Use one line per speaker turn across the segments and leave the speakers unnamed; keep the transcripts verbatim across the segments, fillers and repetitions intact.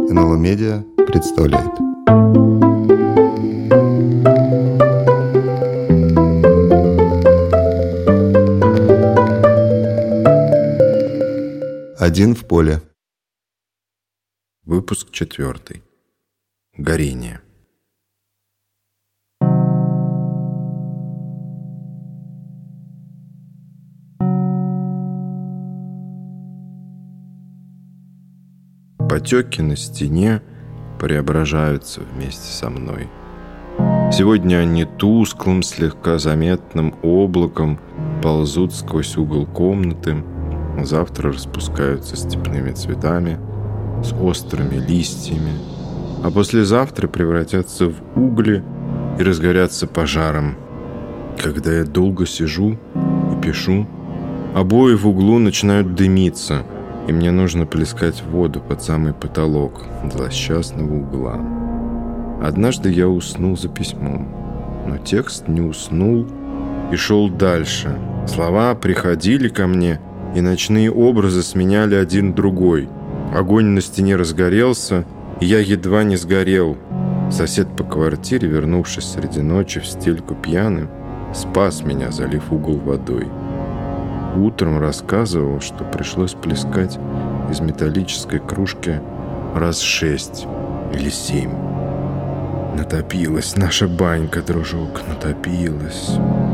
эн эл о Медиа представляет. Один в поле.
Выпуск четвертый. Горение. Потеки на стене преображаются вместе со мной. Сегодня они тусклым, слегка заметным облаком ползут сквозь угол комнаты, завтра распускаются степными цветами с острыми листьями, а послезавтра превратятся в угли и разгорятся пожаром. Когда я долго сижу и пишу, обои в углу начинают дымиться, и мне нужно плескать воду под самый потолок злосчастного угла. Однажды я уснул за письмом, но текст не уснул и шел дальше. Слова приходили ко мне, и ночные образы сменяли один другой. Огонь на стене разгорелся, и я едва не сгорел. Сосед по квартире, вернувшись среди ночи в стельку пьяным, спас меня, залив угол водой. Утром рассказывал, что пришлось плескать из металлической кружки раз шесть или семь. Натопилась наша банька, дружок, натопилась.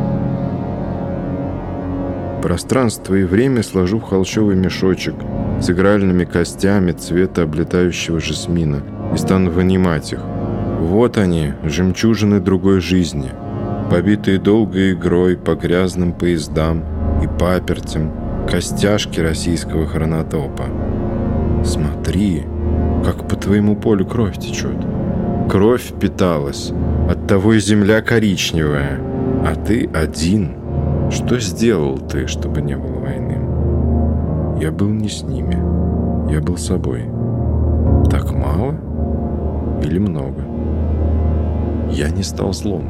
Пространство и время сложу в холщовый мешочек с игральными костями цвета облетающего жасмина и стану вынимать их. Вот они, жемчужины другой жизни, побитые долгой игрой по грязным поездам и папертям, костяшки российского хронотопа. Смотри, как по твоему полю кровь течет. Кровь впиталась, оттого и земля коричневая, а ты один. Что сделал ты, чтобы не было войны? Я был не с ними, я был собой. Так мало или много? Я не стал злом.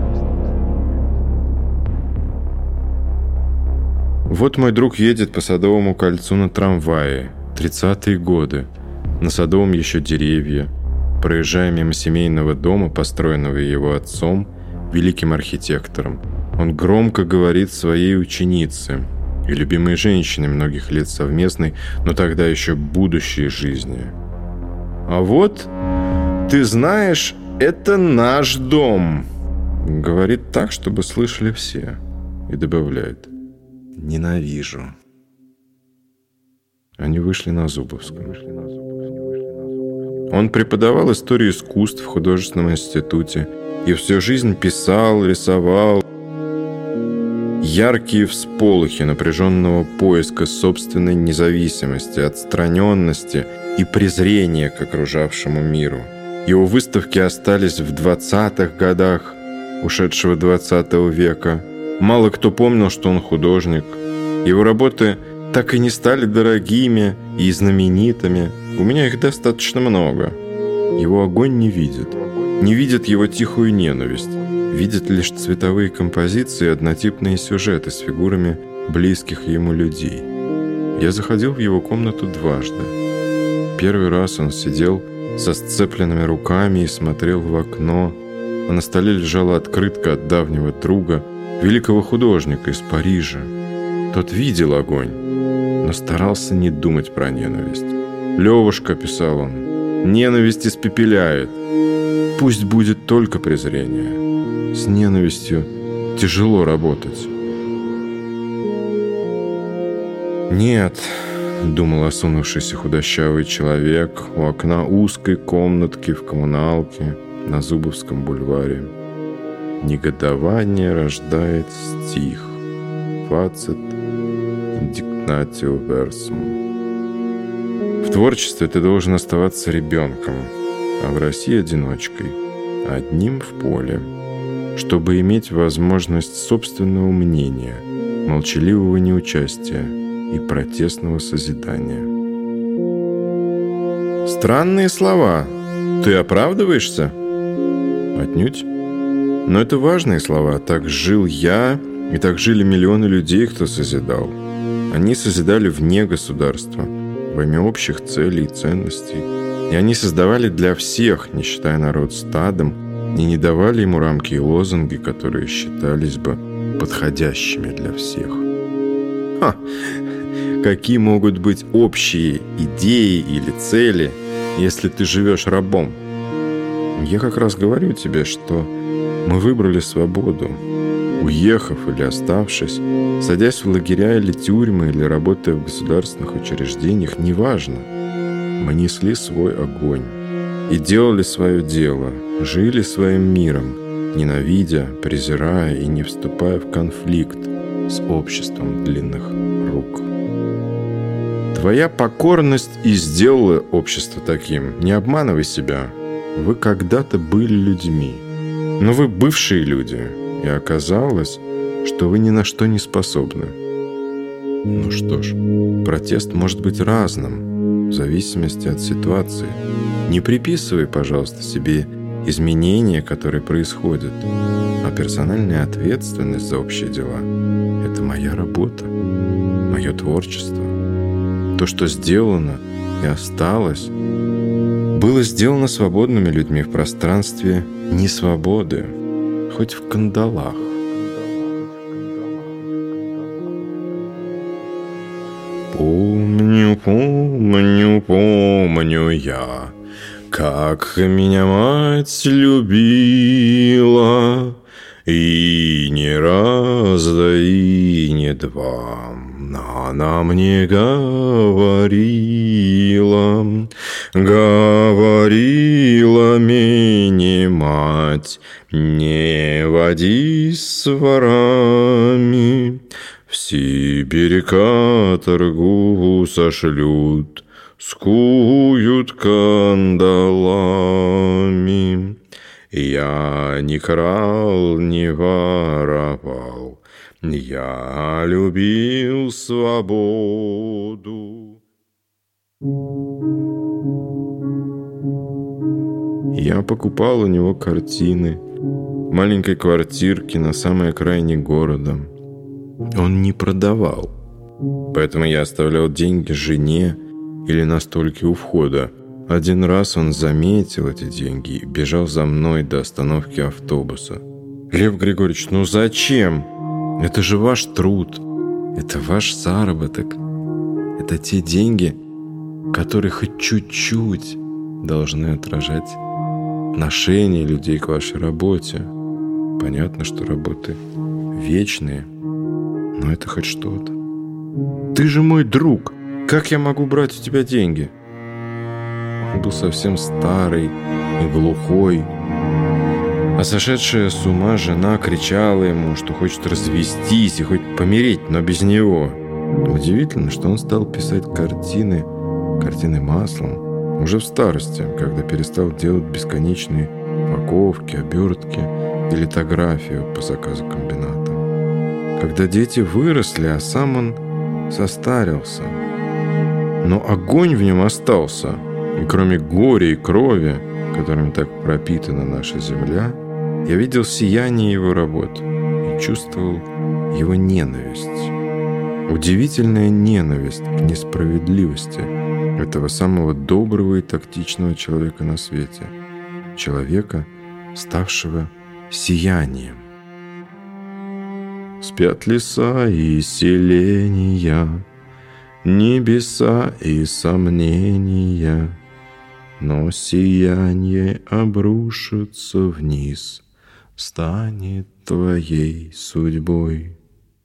Вот мой друг едет по Садовому кольцу на трамвае. Тридцатые годы. На Садовом еще деревья. Проезжая мимо семейного дома, построенного его отцом, великим архитектором, он громко говорит своей ученице и любимой женщине многих лет совместной, но тогда еще будущей жизни. «А вот, ты знаешь, это наш дом!» Говорит так, чтобы слышали все, и добавляет: «Ненавижу». Они вышли на Зубовском. Он преподавал историю искусств в художественном институте и всю жизнь писал, рисовал. Яркие всполохи напряженного поиска собственной независимости, отстраненности и презрения к окружавшему миру. Его выставки остались в двадцатых годах ушедшего двадцатого века. Мало кто помнил, что он художник. Его работы так и не стали дорогими и знаменитыми. У меня их достаточно много. Его огонь не видит. Не видит его тихую ненависть. Видит лишь цветовые композиции и однотипные сюжеты с фигурами близких ему людей. Я заходил в его комнату дважды. Первый раз он сидел со сцепленными руками и смотрел в окно, а на столе лежала открытка от давнего друга, великого художника из Парижа. Тот видел огонь, но старался не думать про ненависть. «Левушка», — писал он, — «ненависть испепеляет. Пусть будет только презрение. С ненавистью тяжело работать». «Нет», — думал осунувшийся худощавый человек у окна узкой комнатки в коммуналке на Зубовском бульваре, «негодование рождает стих. Фацит индигнатио версум». В творчестве ты должен оставаться ребенком, а в России одиночкой, одним в поле, чтобы иметь возможность собственного мнения, молчаливого неучастия и протестного созидания. Странные слова. Ты оправдываешься? Отнюдь. Но это важные слова. Так жил я, и так жили миллионы людей, кто созидал. Они созидали вне государства, во имя общих целей и ценностей. И они создавали для всех, не считая народ стадом, и не давали ему рамки и лозунги, которые считались бы подходящими для всех. Ха! Какие могут быть общие идеи или цели, если ты живешь рабом? Я как раз говорю тебе, что мы выбрали свободу, уехав или оставшись, садясь в лагеря или тюрьмы, или работая в государственных учреждениях, неважно. Мы несли свой огонь и делали свое дело, жили своим миром, ненавидя, презирая и не вступая в конфликт с обществом длинных рук. Твоя покорность и сделала общество таким. Не обманывай себя. Вы когда-то были людьми. Но вы бывшие люди, и оказалось, что вы ни на что не способны. Ну что ж, протест может быть разным, в зависимости от ситуации. Не приписывай, пожалуйста, себе изменения, которые происходят. А персональная ответственность за общие дела – это моя работа, мое творчество. То, что сделано и осталось, было сделано свободными людьми в пространстве несвободы, хоть в кандалах. Помню, помню, помню я, как меня мать любила, и не раз, да и не два. Она мне говорила, говорила мне мать, не водись с ворами, в Сибирь каторгу сошлют, скуют кандалами. Я не крал, не воровал, я любил свободу. Я покупал у него картины в маленькой квартирке на самой окраине города. Он не продавал, поэтому я оставлял деньги жене или на столике у входа. Один раз он заметил эти деньги и бежал за мной до остановки автобуса. «Лев Григорьевич, ну зачем? Это же ваш труд, это ваш заработок, это те деньги, которые хоть чуть-чуть должны отражать отношение людей к вашей работе. Понятно, что работы вечные, но это хоть что-то. Ты же мой друг, как я могу брать у тебя деньги?» Он был совсем старый и глухой, а сошедшая с ума жена кричала ему, что хочет развестись и хоть помереть, но без него. Удивительно, что он стал писать картины, картины маслом уже в старости, когда перестал делать бесконечные упаковки, обертки и литографию по заказу комбината. Когда дети выросли, а сам он состарился. Но огонь в нем остался. И кроме горя и крови, которыми так пропитана наша земля, я видел сияние его работ и чувствовал его ненависть. Удивительная ненависть к несправедливости этого самого доброго и тактичного человека на свете. Человека, ставшего сиянием. Спят леса и селения, небеса и сомнения, но сияние обрушится вниз, станет твоей судьбой.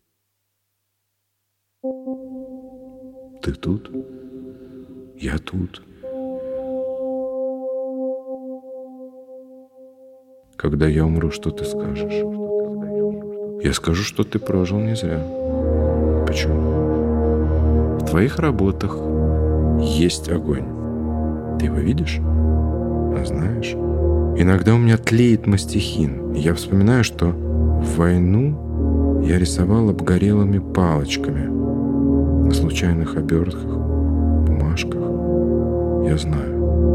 Ты тут? Я тут. Когда я умру, что ты скажешь? Я скажу, что ты прожил не зря. Почему? В твоих работах есть огонь. Ты его видишь? А знаешь, иногда у меня тлеет мастихин. И я вспоминаю, что в войну я рисовал обгорелыми палочками на случайных обертках, бумажках. Я знаю.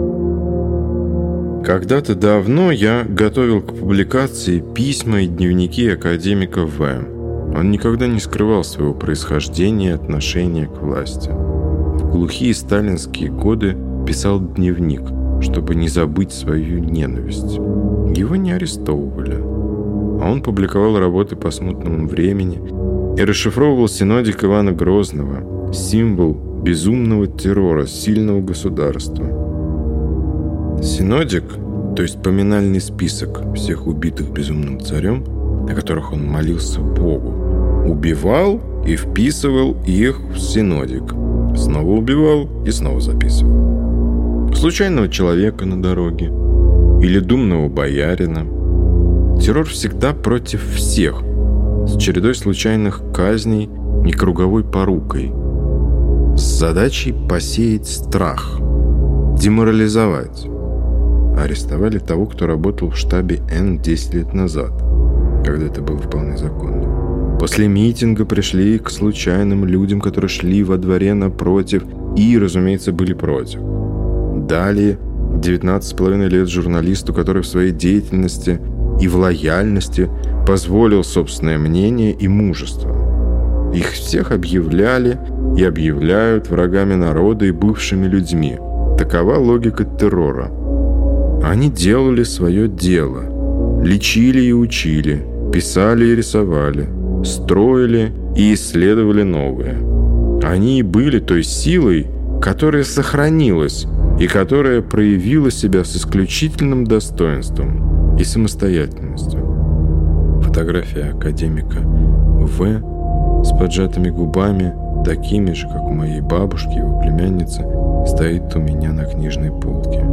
Когда-то давно я готовил к публикации письма и дневники академика В. Он никогда не скрывал своего происхождения и отношения к власти. В глухие сталинские годы писал дневник, чтобы не забыть свою ненависть. Его не арестовывали, а он публиковал работы по смутному времени и расшифровывал синодик Ивана Грозного, символ безумного террора сильного государства. Синодик, то есть поминальный список всех убитых безумным царем, на которых он молился Богу, убивал и вписывал их в синодик. Снова убивал и снова записывал. Случайного человека на дороге или думного боярина. Террор всегда против всех, с чередой случайных казней и круговой порукой, с задачей посеять страх, деморализовать. Арестовали того, кто работал в штабе Н десять лет назад, когда это было вполне законно. После митинга пришли к случайным людям, которые шли во дворе напротив и, разумеется, были против. Дали девятнадцать с половиной лет журналисту, который в своей деятельности и в лояльности позволил собственное мнение и мужество. Их всех объявляли и объявляют врагами народа и бывшими людьми. Такова логика террора. Они делали свое дело. Лечили и учили, писали и рисовали, строили и исследовали новое. Они и были той силой, которая сохранилась и которая проявила себя с исключительным достоинством и самостоятельностью. Фотография академика В. с поджатыми губами, такими же, как у моей бабушки, его племянницы, стоит у меня на книжной полке.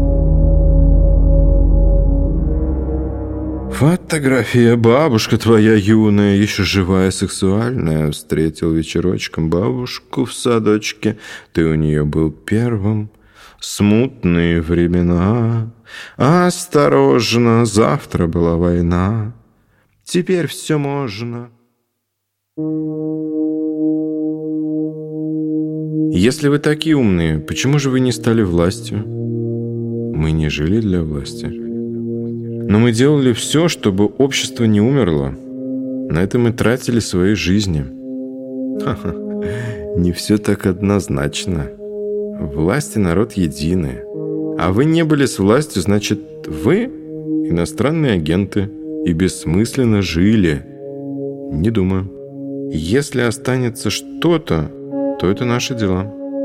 Фотография. Бабушка твоя юная, еще живая, сексуальная. Встретил вечерочком бабушку в садочке. Ты у нее был первым. Смутные времена. Осторожно, завтра была война. Теперь все можно. Если вы такие умные, почему же вы не стали властью? Мы не жили для власти. Но мы делали все, чтобы общество не умерло. На это мы тратили свои жизни. Ха-ха. Не все так однозначно. Власть и народ едины. А вы не были с властью, значит, вы иностранные агенты и бессмысленно жили. Не думаю. Если останется что-то, то это наши дела.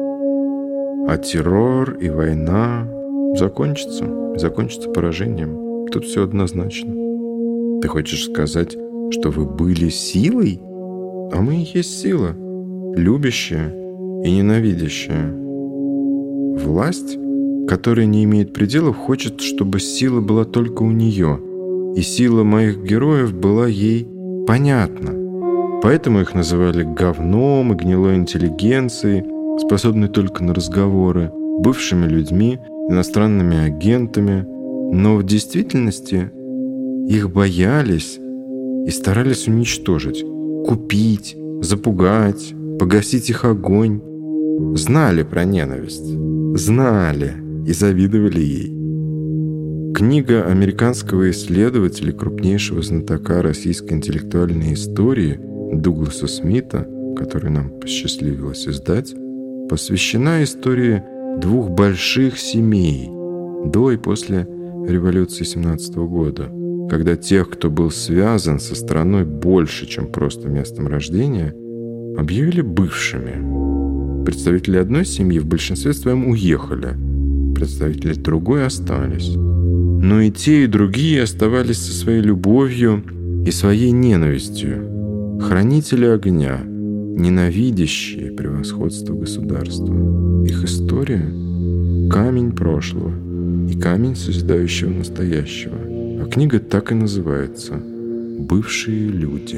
А террор и война закончатся. Закончатся поражением. Тут все однозначно. Ты хочешь сказать, что вы были силой? А мы и есть сила. Любящая и ненавидящая. Власть, которая не имеет пределов, хочет, чтобы сила была только у нее. И сила моих героев была ей понятна. Поэтому их называли говном и гнилой интеллигенцией, способной только на разговоры, бывшими людьми, иностранными агентами. Но в действительности их боялись и старались уничтожить, купить, запугать, погасить их огонь. Знали про ненависть, знали и завидовали ей. Книга американского исследователя, крупнейшего знатока российской интеллектуальной истории Дугласа Смита, который нам посчастливилось издать, посвящена истории двух больших семей до и после революции семнадцатого года, когда тех, кто был связан со страной больше, чем просто местом рождения, объявили бывшими. Представители одной семьи в большинстве своем уехали, представители другой остались. Но и те, и другие оставались со своей любовью и своей ненавистью. Хранители огня, ненавидящие превосходство государства. Их история — камень прошлого и камень созидающего настоящего. А книга так и называется «Бывшие люди».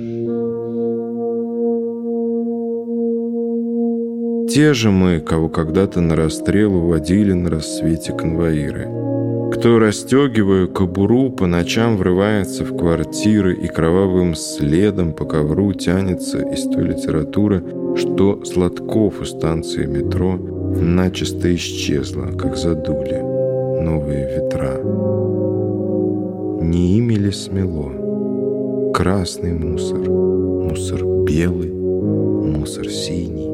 Те же мы, кого когда-то на расстрел уводили на рассвете конвоиры. Кто, расстегивая кобуру, по ночам врывается в квартиры и кровавым следом по ковру тянется из той литературы, что Сладков у станции метро начисто исчезла, как задули новые ветра. Не ими ли смело? Красный мусор, мусор белый, мусор синий.